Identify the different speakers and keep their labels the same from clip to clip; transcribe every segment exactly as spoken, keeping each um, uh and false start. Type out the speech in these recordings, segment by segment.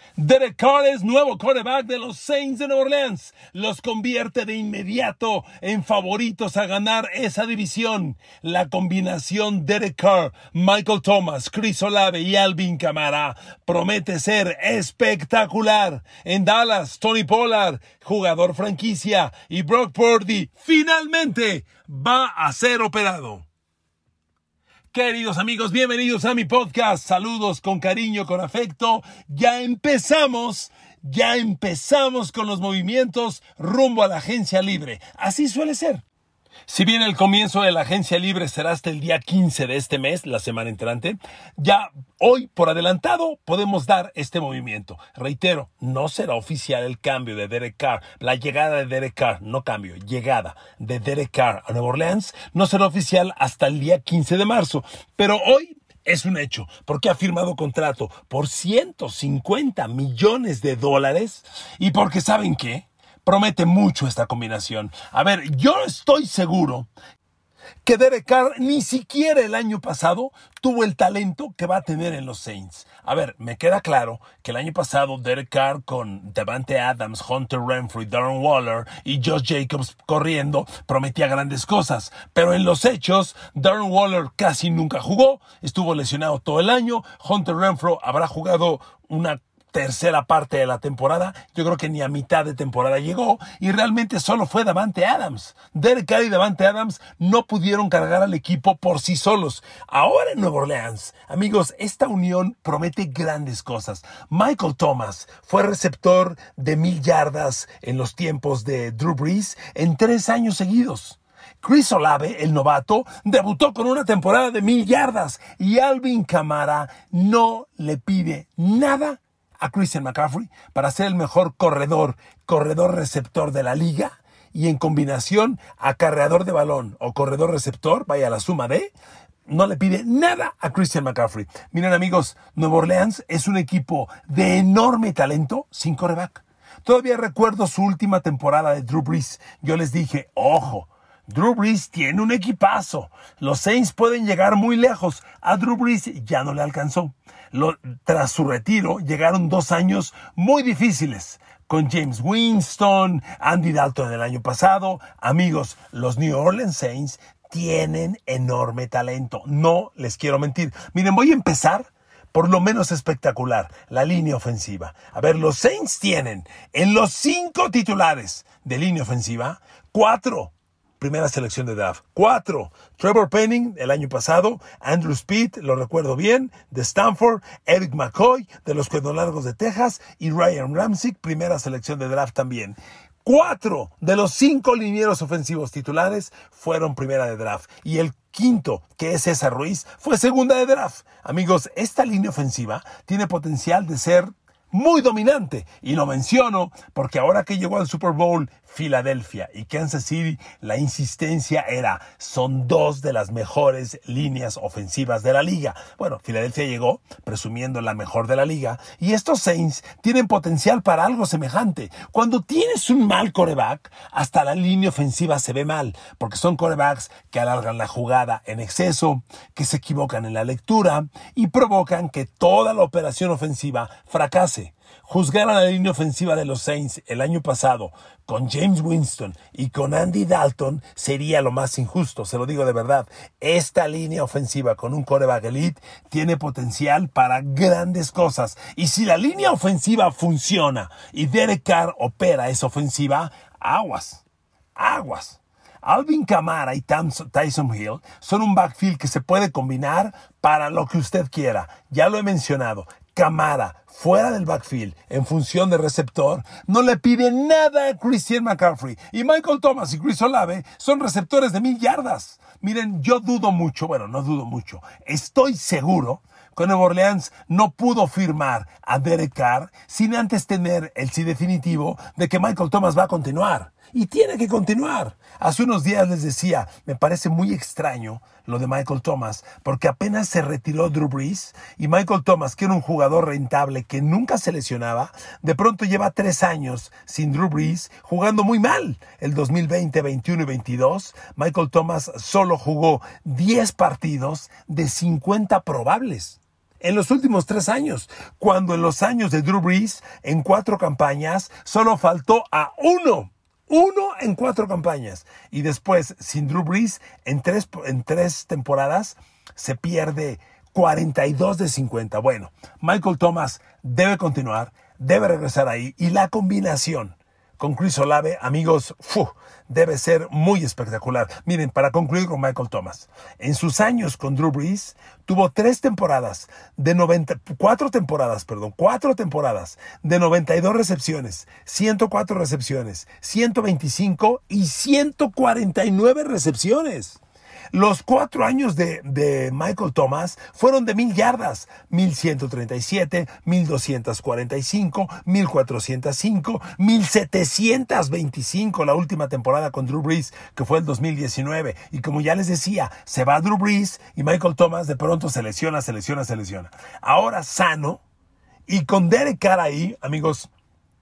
Speaker 1: Derek Carr es nuevo quarterback de los Saints de Nueva Orleans. Los convierte de inmediato en favoritos a ganar esa división. La combinación Derek Carr, Michael Thomas, Chris Olave y Alvin Kamara promete ser espectacular. En Dallas, Tony Pollard, jugador franquicia, y Brock Purdy finalmente va a ser operado. Queridos amigos, bienvenidos a mi podcast. Saludos con cariño, con afecto. Ya empezamos, ya empezamos con los movimientos rumbo a la agencia libre. Así suele ser. Si bien el comienzo de la agencia libre será hasta el día quince de este mes, la semana entrante, ya hoy por adelantado podemos dar este movimiento. Reitero, no será oficial el cambio de Derek Carr, la llegada de Derek Carr, no cambio, llegada de Derek Carr a Nueva Orleans, no será oficial hasta el día quince de marzo, pero hoy es un hecho, porque ha firmado contrato por ciento cincuenta millones de dólares y porque ¿saben qué? Promete mucho esta combinación. A ver, yo estoy seguro que Derek Carr ni siquiera el año pasado tuvo el talento que va a tener en los Saints. A ver, me queda claro que el año pasado Derek Carr con Davante Adams, Hunter Renfrow, Darren Waller y Josh Jacobs corriendo prometía grandes cosas. Pero en los hechos, Darren Waller casi nunca jugó, estuvo lesionado todo el año. Hunter Renfrow habrá jugado una tercera parte de la temporada, yo creo que ni a mitad de temporada llegó, y realmente solo fue Davante Adams. Derek Carr y Davante Adams no pudieron cargar al equipo por sí solos. Ahora en Nueva Orleans, amigos, esta unión promete grandes cosas. Michael Thomas fue receptor de mil yardas en los tiempos de Drew Brees en tres años seguidos. Chris Olave, el novato, debutó con una temporada de mil yardas, y Alvin Kamara no le pide nada a Christian McCaffrey para ser el mejor corredor, corredor receptor de la liga, y en combinación acarreador de balón o corredor receptor, vaya la suma de, no le pide nada a Christian McCaffrey. Miren amigos, Nueva Orleans es un equipo de enorme talento sin quarterback. Todavía recuerdo su última temporada de Drew Brees. Yo les dije, ojo, Drew Brees tiene un equipazo. Los Saints pueden llegar muy lejos. A Drew Brees ya no le alcanzó. Lo, tras su retiro, llegaron dos años muy difíciles. Con James Winston, Andy Dalton el año pasado. Amigos, los New Orleans Saints tienen enorme talento. No les quiero mentir. Miren, voy a empezar por lo menos espectacular, la línea ofensiva. A ver, los Saints tienen en los cinco titulares de línea ofensiva, cuatro primera selección de draft. Cuatro. Trevor Penning, el año pasado. Andrew Speed, lo recuerdo bien, de Stanford. Eric McCoy, de los Cuernos Largos de Texas. Y Ryan Ramczyk, primera selección de draft también. Cuatro de los cinco linieros ofensivos titulares fueron primera de draft. Y el quinto, que es César Ruiz, fue segunda de draft. Amigos, esta línea ofensiva tiene potencial de ser muy dominante, y lo menciono porque ahora que llegó al Super Bowl Filadelfia y Kansas City, la insistencia era, son dos de las mejores líneas ofensivas de la liga. Bueno, Filadelfia llegó presumiendo la mejor de la liga, y estos Saints tienen potencial para algo semejante. Cuando tienes un mal quarterback, hasta la línea ofensiva se ve mal, porque son quarterbacks que alargan la jugada en exceso, que se equivocan en la lectura y provocan que toda la operación ofensiva fracase. Juzgar a la línea ofensiva de los Saints el año pasado con James Winston y con Andy Dalton sería lo más injusto, se lo digo de verdad. Esta línea ofensiva con un quarterback elite tiene potencial para grandes cosas. Y si la línea ofensiva funciona y Derek Carr opera esa ofensiva, aguas, aguas. Alvin Kamara y Tyson Hill son un backfield que se puede combinar para lo que usted quiera. Ya lo he mencionado. Kamara, fuera del backfield, en función de receptor, no le pide nada a Christian McCaffrey. Y Michael Thomas y Chris Olave son receptores de mil yardas. Miren, yo dudo mucho, bueno, no dudo mucho, estoy seguro que Nueva Orleans no pudo firmar a Derek Carr sin antes tener el sí definitivo de que Michael Thomas va a continuar. Y tiene que continuar. Hace unos días les decía, me parece muy extraño lo de Michael Thomas, porque apenas se retiró Drew Brees, y Michael Thomas, que era un jugador rentable que nunca se lesionaba, de pronto lleva tres años sin Drew Brees, jugando muy mal. El dos mil veinte, veintiuno y veintidós, Michael Thomas solo jugó diez partidos de cincuenta probables. en los últimos tres años, cuando en los años de Drew Brees, en cuatro campañas, solo faltó a uno. Uno en cuatro campañas. Y después, sin Drew Brees, en tres, en tres temporadas, se pierde cuarenta y dos de cincuenta. Bueno, Michael Thomas debe continuar, debe regresar ahí. Y la combinación con Chris Olave, amigos, ¡fu!, debe ser muy espectacular. Miren, para concluir con Michael Thomas, en sus años con Drew Brees, tuvo tres temporadas de noventa, cuatro temporadas, perdón, cuatro temporadas de noventa y dos recepciones, ciento cuatro recepciones, ciento veinticinco y ciento cuarenta y nueve recepciones. Los cuatro años de, de Michael Thomas fueron de mil yardas, mil ciento treinta y siete, mil doscientos cuarenta y cinco, mil cuatrocientos cinco, mil setecientos veinticinco la última temporada con Drew Brees, que fue el dos mil diecinueve. Y como ya les decía, se va Drew Brees y Michael Thomas de pronto se lesiona, se lesiona, se lesiona. Ahora sano y con Derek Carr ahí, amigos,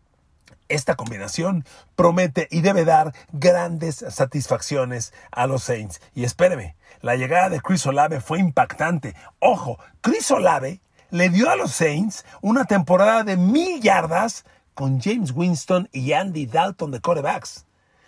Speaker 1: esta combinación promete y debe dar grandes satisfacciones a los Saints. Y espéreme, la llegada de Chris Olave fue impactante. Ojo, Chris Olave le dio a los Saints una temporada de mil yardas con James Winston y Andy Dalton de quarterbacks.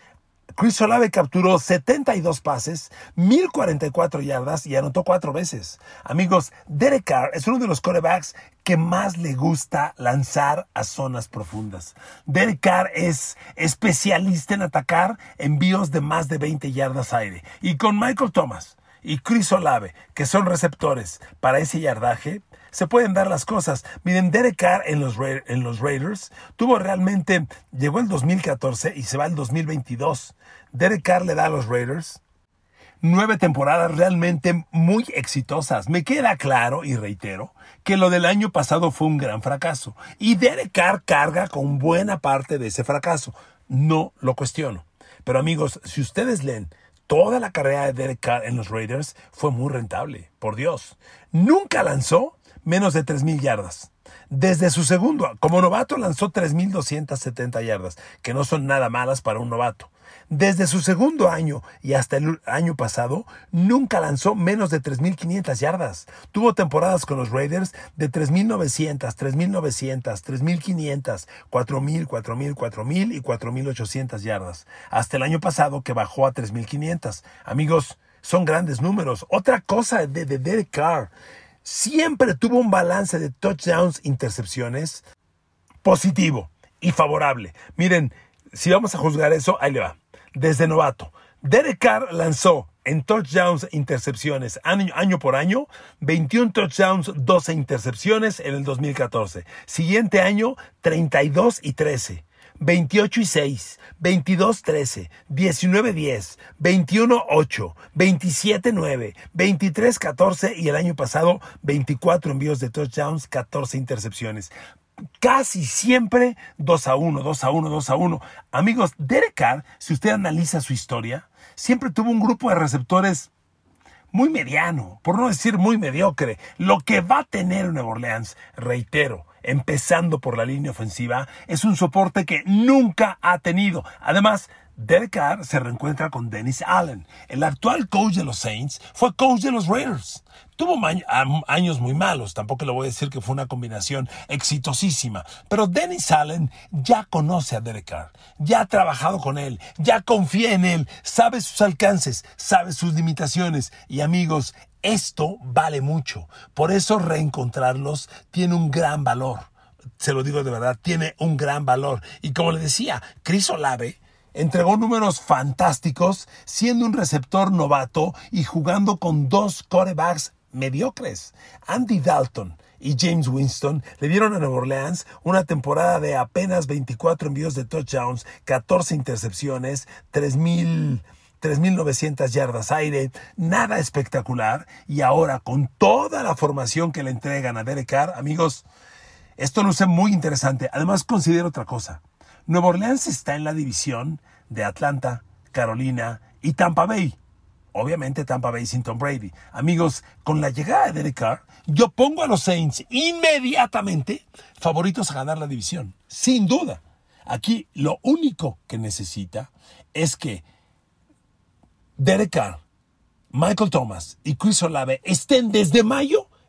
Speaker 1: Chris Olave capturó setenta y dos pases, mil cuarenta y cuatro yardas y anotó cuatro veces. Amigos, Derek Carr es uno de los quarterbacks que más le gusta lanzar a zonas profundas. Derek Carr es especialista en atacar envíos de más de veinte yardas aire. Y con Michael Thomas y Chris Olave, que son receptores para ese yardaje, se pueden dar las cosas. Miren, Derek Carr en los, Ra- en los Raiders tuvo realmente, llegó el dos mil catorce y se va el dos mil veintidós. Derek Carr le da a los Raiders nueve temporadas realmente muy exitosas. Me queda claro y reitero que lo del año pasado fue un gran fracaso. Y Derek Carr carga con buena parte de ese fracaso. No lo cuestiono. Pero amigos, si ustedes leen toda la carrera de Derek Carr en los Raiders, fue muy rentable. Por Dios. Nunca lanzó menos de tres mil yardas. Desde su segundo, como novato lanzó tres mil doscientas setenta yardas, que no son nada malas para un novato. Desde su segundo año y hasta el año pasado, nunca lanzó menos de tres mil quinientas yardas. Tuvo temporadas con los Raiders de tres mil novecientas, tres mil novecientas, tres mil quinientas, cuatro mil, cuatro mil, cuatro mil y cuatro mil ochocientas yardas. Hasta el año pasado que bajó a tres mil quinientas. Amigos, son grandes números. Otra cosa de, de Derek Carr, siempre tuvo un balance de touchdowns, intercepciones positivo y favorable. Miren, si vamos a juzgar eso, ahí le va. Desde novato, Derek Carr lanzó en touchdowns e intercepciones año, año por año, veintiún touchdowns, doce intercepciones en el dos mil catorce. Siguiente año, treinta y dos y trece. veintiocho y seis, veintidós trece, diecinueve diez, veintiuno ocho, veintisiete nueve, veintitrés catorce y el año pasado veinticuatro envíos de touchdowns, catorce intercepciones. Casi siempre dos a uno, dos a uno, dos a uno. Amigos, Derek Carr, si usted analiza su historia, siempre tuvo un grupo de receptores muy mediano, por no decir muy mediocre. Lo que va a tener Nueva Orleans, reitero, empezando por la línea ofensiva, es un soporte que nunca ha tenido. Además, Derek Carr se reencuentra con Dennis Allen. El actual coach de los Saints fue coach de los Raiders. Tuvo ma- años muy malos, tampoco le voy a decir que fue una combinación exitosísima, pero Dennis Allen ya conoce a Derek Carr, ya ha trabajado con él, ya confía en él, sabe sus alcances, sabe sus limitaciones y amigos, esto vale mucho. Por eso reencontrarlos tiene un gran valor. Se lo digo de verdad, tiene un gran valor. Y como le decía, Chris Olave entregó números fantásticos siendo un receptor novato y jugando con dos quarterbacks mediocres. Andy Dalton y James Winston le dieron a Nueva Orleans una temporada de apenas veinticuatro envíos de touchdowns, catorce intercepciones, tres mil novecientas yardas aire, nada espectacular. Y ahora con toda la formación que le entregan a Derek Carr, amigos, esto luce muy interesante. Además, considero otra cosa. Nueva Orleans está en la división de Atlanta, Carolina y Tampa Bay. Obviamente Tampa Bay sin Tom Brady. Amigos, con la llegada de Derek Carr, yo pongo a los Saints inmediatamente favoritos a ganar la división. Sin duda. Aquí lo único que necesita es que Derek Carr, Michael Thomas y Chris Olave estén desde mayo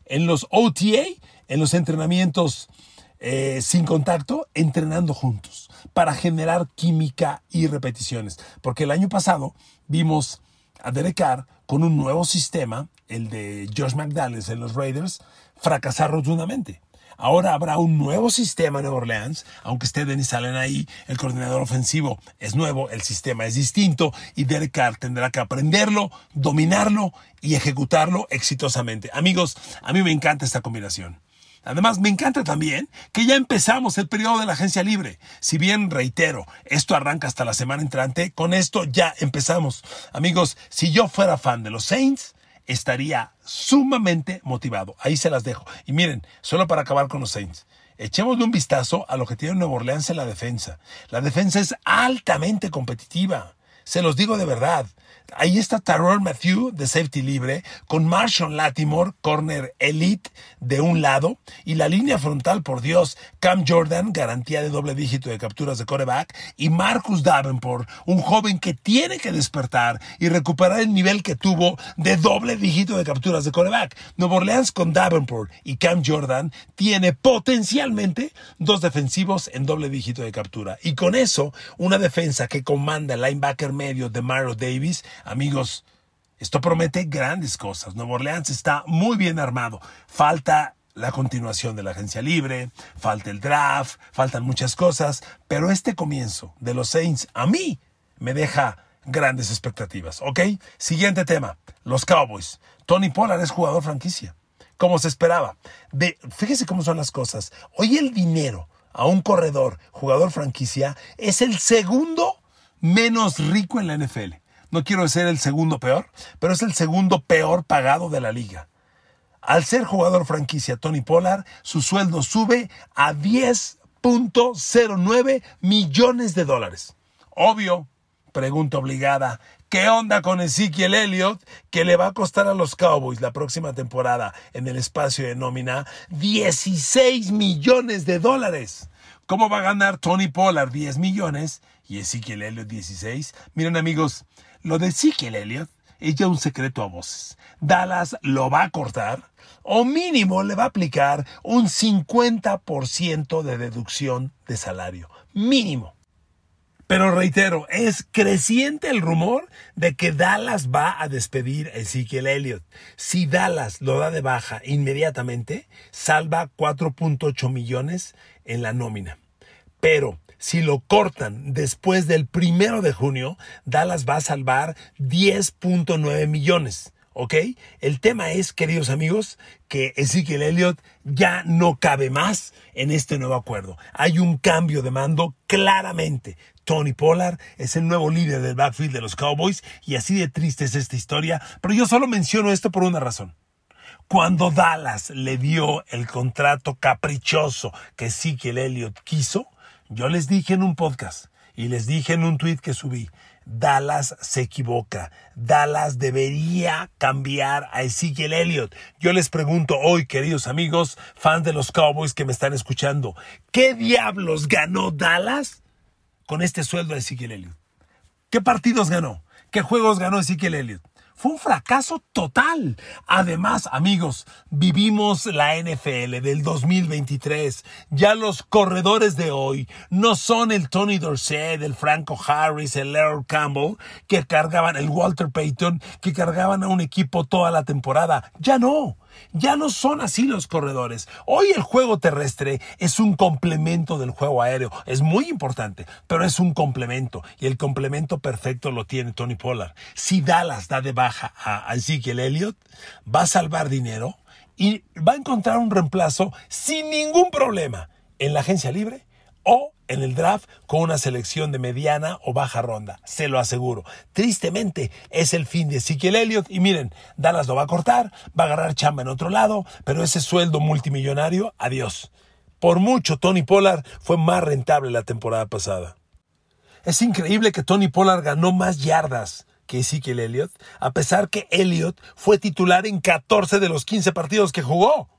Speaker 1: en los O T A, en los entrenamientos eh, sin contacto, entrenando juntos para generar química y repeticiones. Porque el año pasado vimos a Derek Carr con un nuevo sistema, el de Josh McDaniels en los Raiders, fracasar rotundamente. Ahora habrá un nuevo sistema en Nueva Orleans, aunque esté Dennis Allen ahí, el coordinador ofensivo es nuevo, el sistema es distinto y Derek Carr tendrá que aprenderlo, dominarlo y ejecutarlo exitosamente. Amigos, a mí me encanta esta combinación. Además, me encanta también que ya empezamos el periodo de la agencia libre. Si bien, reitero, esto arranca hasta la semana entrante, con esto ya empezamos. Amigos, si yo fuera fan de los Saints, estaría sumamente motivado. Ahí se las dejo. Y miren, solo para acabar con los Saints, echémosle un vistazo a lo que tiene Nueva Orleans en la defensa. La defensa es altamente competitiva. Se los digo de verdad. Ahí está Tyrann Mathieu de safety libre, con Marshon Lattimore, corner elite, de un lado, y la línea frontal, por Dios, Cam Jordan, garantía de doble dígito de capturas de quarterback, y Marcus Davenport, un joven que tiene que despertar y recuperar el nivel que tuvo de doble dígito de capturas de quarterback. Nueva Orleans con Davenport y Cam Jordan tiene potencialmente dos defensivos en doble dígito de captura. Y con eso, una defensa que comanda el linebacker medio de Mario Davis. Amigos, esto promete grandes cosas. Nueva Orleans está muy bien armado. Falta la continuación de la agencia libre, falta el draft, faltan muchas cosas, pero este comienzo de los Saints a mí me deja grandes expectativas. ¿Ok? Siguiente tema, los Cowboys. Tony Pollard es jugador franquicia, como se esperaba. De, fíjese cómo son las cosas. Hoy el dinero a un corredor, jugador franquicia, es el segundo menos rico en la N F L. No quiero ser el segundo peor, pero es el segundo peor pagado de la liga. Al ser jugador franquicia Tony Pollard, su sueldo sube a diez punto cero nueve millones de dólares. Obvio, pregunta obligada, ¿qué onda con Ezekiel Elliott, que le va a costar a los Cowboys la próxima temporada en el espacio de nómina dieciséis millones de dólares? ¿Cómo va a ganar Tony Pollard diez millones y Ezekiel Elliott dieciséis? Miren, amigos, lo de Ezekiel Elliott es ya un secreto a voces. Dallas lo va a cortar o mínimo le va a aplicar un cincuenta por ciento de deducción de salario. Mínimo. Pero reitero, es creciente el rumor de que Dallas va a despedir a Ezekiel Elliott. Si Dallas lo da de baja inmediatamente, salva cuatro punto ocho millones en la nómina. Pero si lo cortan después del primero de junio, Dallas va a salvar diez punto nueve millones. ¿Ok? El tema es, queridos amigos, que Ezekiel Elliott ya no cabe más en este nuevo acuerdo. Hay un cambio de mando claramente. Tony Pollard es el nuevo líder del backfield de los Cowboys y así de triste es esta historia, pero yo solo menciono esto por una razón. Cuando Dallas le dio el contrato caprichoso que Ezekiel Elliott quiso, yo les dije en un podcast y les dije en un tweet que subí, Dallas se equivoca. Dallas debería cambiar a Ezekiel Elliott. Yo les pregunto hoy, queridos amigos, fans de los Cowboys que me están escuchando, ¿qué diablos ganó Dallas con este sueldo de Ezekiel Elliott? ¿Qué partidos ganó? ¿Qué juegos ganó Ezekiel Elliott? Fue un fracaso total. Además, amigos, vivimos la N F L del dos mil veintitrés. Ya los corredores de hoy no son el Tony Dorsett, el Franco Harris, el Earl Campbell, que cargaban, el Walter Payton, que cargaban a un equipo toda la temporada. Ya no. Ya no son así los corredores. Hoy el juego terrestre es un complemento del juego aéreo. Es muy importante, pero es un complemento. Y el complemento perfecto lo tiene Tony Pollard. Si Dallas da de baja a Ezekiel Elliott, va a salvar dinero y va a encontrar un reemplazo sin ningún problema en la agencia libre o en el draft con una selección de mediana o baja ronda. Se lo aseguro. Tristemente, es el fin de Ezekiel Elliott. Y miren, Dallas lo va a cortar, va a agarrar chamba en otro lado, pero ese sueldo multimillonario, adiós. Por mucho, Tony Pollard fue más rentable la temporada pasada. Es increíble que Tony Pollard ganó más yardas que Ezekiel Elliott, a pesar que Elliott fue titular en catorce de los quince partidos que jugó.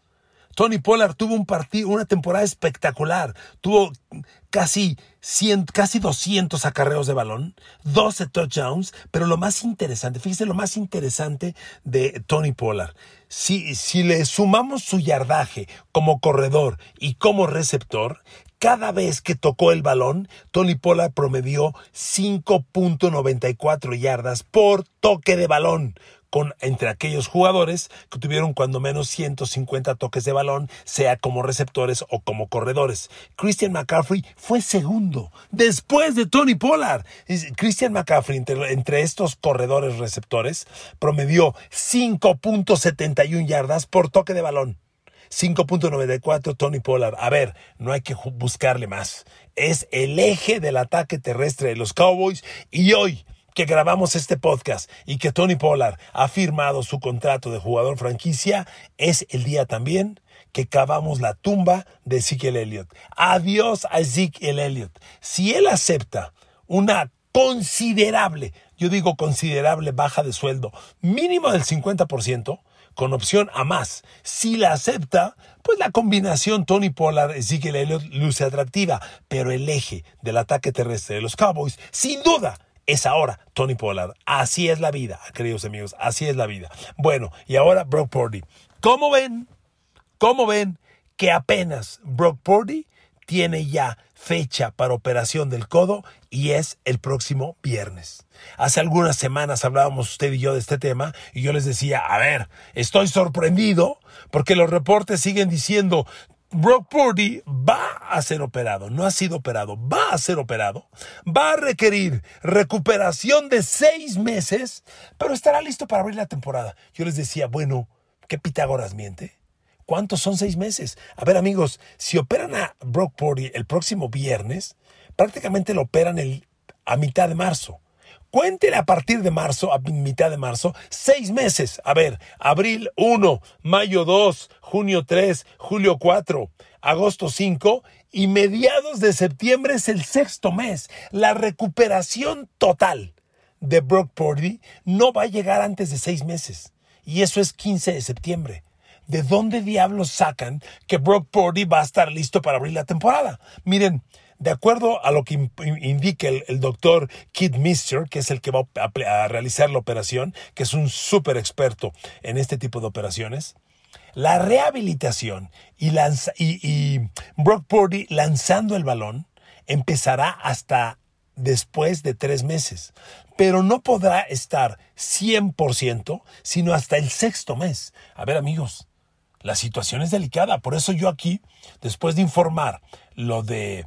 Speaker 1: Tony Pollard tuvo un partido, una temporada espectacular. Tuvo casi, cien, casi doscientos acarreos de balón, doce touchdowns, pero lo más interesante, fíjese lo más interesante de Tony Pollard. Si, si le sumamos su yardaje como corredor y como receptor, cada vez que tocó el balón, Tony Pollard promedió cinco punto noventa y cuatro yardas por toque de balón, con, entre aquellos jugadores que tuvieron cuando menos ciento cincuenta toques de balón, sea como receptores o como corredores. Christian McCaffrey fue segundo, después de Tony Pollard. Christian McCaffrey, entre, entre estos corredores receptores, promedió cinco punto setenta y uno yardas por toque de balón. cinco punto noventa y cuatro Tony Pollard. A ver, no hay que buscarle más. Es el eje del ataque terrestre de los Cowboys, y hoy que grabamos este podcast y que Tony Pollard ha firmado su contrato de jugador franquicia, es el día también que cavamos la tumba de Ezekiel Elliott. Adiós a Ezekiel Elliott. Si él acepta una considerable, yo digo considerable baja de sueldo, mínimo del cincuenta por ciento, con opción a más, si la acepta, pues la combinación Tony Pollard, Ezekiel Elliott luce atractiva, pero el eje del ataque terrestre de los Cowboys, sin duda, es ahora Tony Pollard. Así es la vida, queridos amigos, así es la vida. Bueno, y ahora Brock Purdy. ¿Cómo ven? ¿Cómo ven que apenas Brock Purdy tiene ya fecha para operación del codo y es el próximo viernes? Hace algunas semanas hablábamos usted y yo de este tema y yo les decía, a ver, estoy sorprendido porque los reportes siguen diciendo Brock Purdy va a ser operado, no ha sido operado, va a ser operado, va a requerir recuperación de seis meses, pero estará listo para abrir la temporada. Yo les decía, bueno, ¿qué Pitágoras miente? ¿Cuántos son seis meses? A ver, amigos, si operan a Brock Purdy el próximo viernes, prácticamente lo operan el, a mitad de marzo. Cuéntele a partir de marzo, a mitad de marzo, seis meses. A ver, abril uno, mayo dos, junio tres, julio cuatro, agosto cinco y mediados de septiembre es el sexto mes. La recuperación total de Brock Purdy no va a llegar antes de seis meses. Y eso es quince de septiembre. ¿De dónde diablos sacan que Brock Purdy va a estar listo para abrir la temporada? Miren, de acuerdo a lo que indica el, el doctor Keith Mister, que es el que va a, a realizar la operación, que es un súper experto en este tipo de operaciones, la rehabilitación y, lanza, y, y Brock Purdy lanzando el balón empezará hasta después de tres meses, pero no podrá estar cien por ciento sino hasta el sexto mes. A ver, amigos, la situación es delicada, por eso yo aquí, después de informar lo de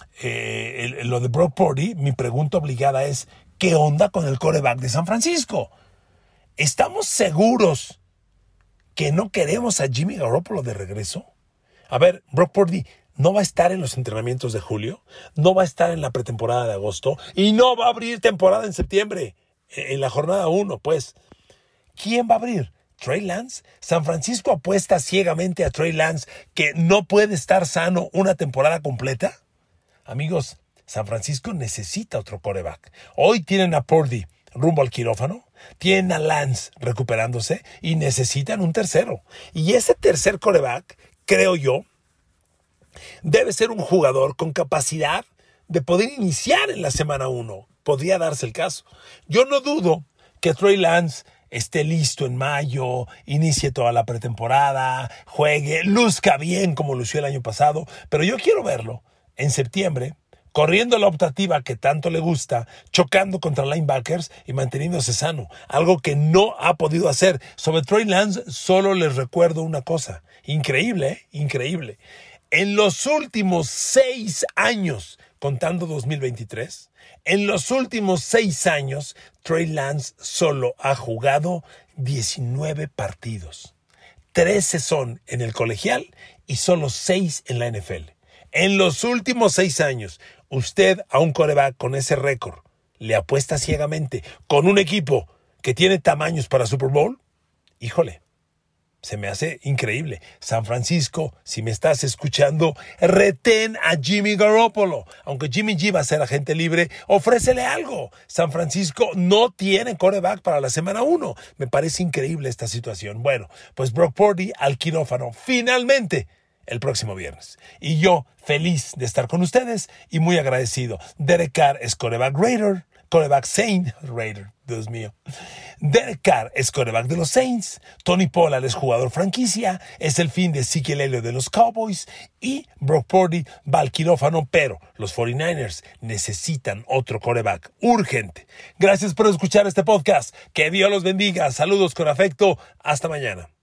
Speaker 1: Eh, el, lo de Brock Purdy, mi pregunta obligada es, ¿qué onda con el quarterback de San Francisco? ¿Estamos seguros que no queremos a Jimmy Garoppolo de regreso? A ver, Brock Purdy no va a estar en los entrenamientos de julio, no va a estar en la pretemporada de agosto y no va a abrir temporada en septiembre, en la jornada uno, pues. ¿Quién va a abrir? ¿Trey Lance? ¿San Francisco apuesta ciegamente a Trey Lance que no puede estar sano una temporada completa? Amigos, San Francisco necesita otro quarterback. Hoy tienen a Purdy rumbo al quirófano, tienen a Lance recuperándose y necesitan un tercero. Y ese tercer quarterback, creo yo, debe ser un jugador con capacidad de poder iniciar en la semana uno. Podría darse el caso. Yo no dudo que Trey Lance esté listo en mayo, inicie toda la pretemporada, juegue, luzca bien como lució el año pasado, pero yo quiero verlo en septiembre, corriendo la optativa que tanto le gusta, chocando contra linebackers y manteniéndose sano. Algo que no ha podido hacer. Sobre Trey Lance, solo les recuerdo una cosa. Increíble, ¿eh? Increíble. En los últimos seis años, contando dos mil veintitrés, en los últimos seis años, Trey Lance solo ha jugado diecinueve partidos. trece son en el colegial y solo seis en la N F L. En los últimos seis años, usted a un quarterback con ese récord le apuesta ciegamente con un equipo que tiene tamaños para Super Bowl. Híjole, Se me hace increíble. San Francisco, si me estás escuchando, retén a Jimmy Garoppolo. Aunque Jimmy G va a ser agente libre, ofrécele algo. San Francisco no tiene quarterback para la semana uno. Me parece increíble esta situación. Bueno, pues Brock Purdy al quirófano finalmente el próximo viernes. Y yo feliz de estar con ustedes y muy agradecido. Derek Carr es quarterback Raider. Quarterback Saint Raider, Dios mío. Derek Carr es quarterback de los Saints. Tony Pollard es jugador franquicia. Es el fin de Ezekiel Elliott de los Cowboys. Y Brock Purdy va al quirófano, pero los cuarenta y nueve ers necesitan otro quarterback urgente. Gracias por escuchar este podcast. Que Dios los bendiga. Saludos con afecto. Hasta mañana.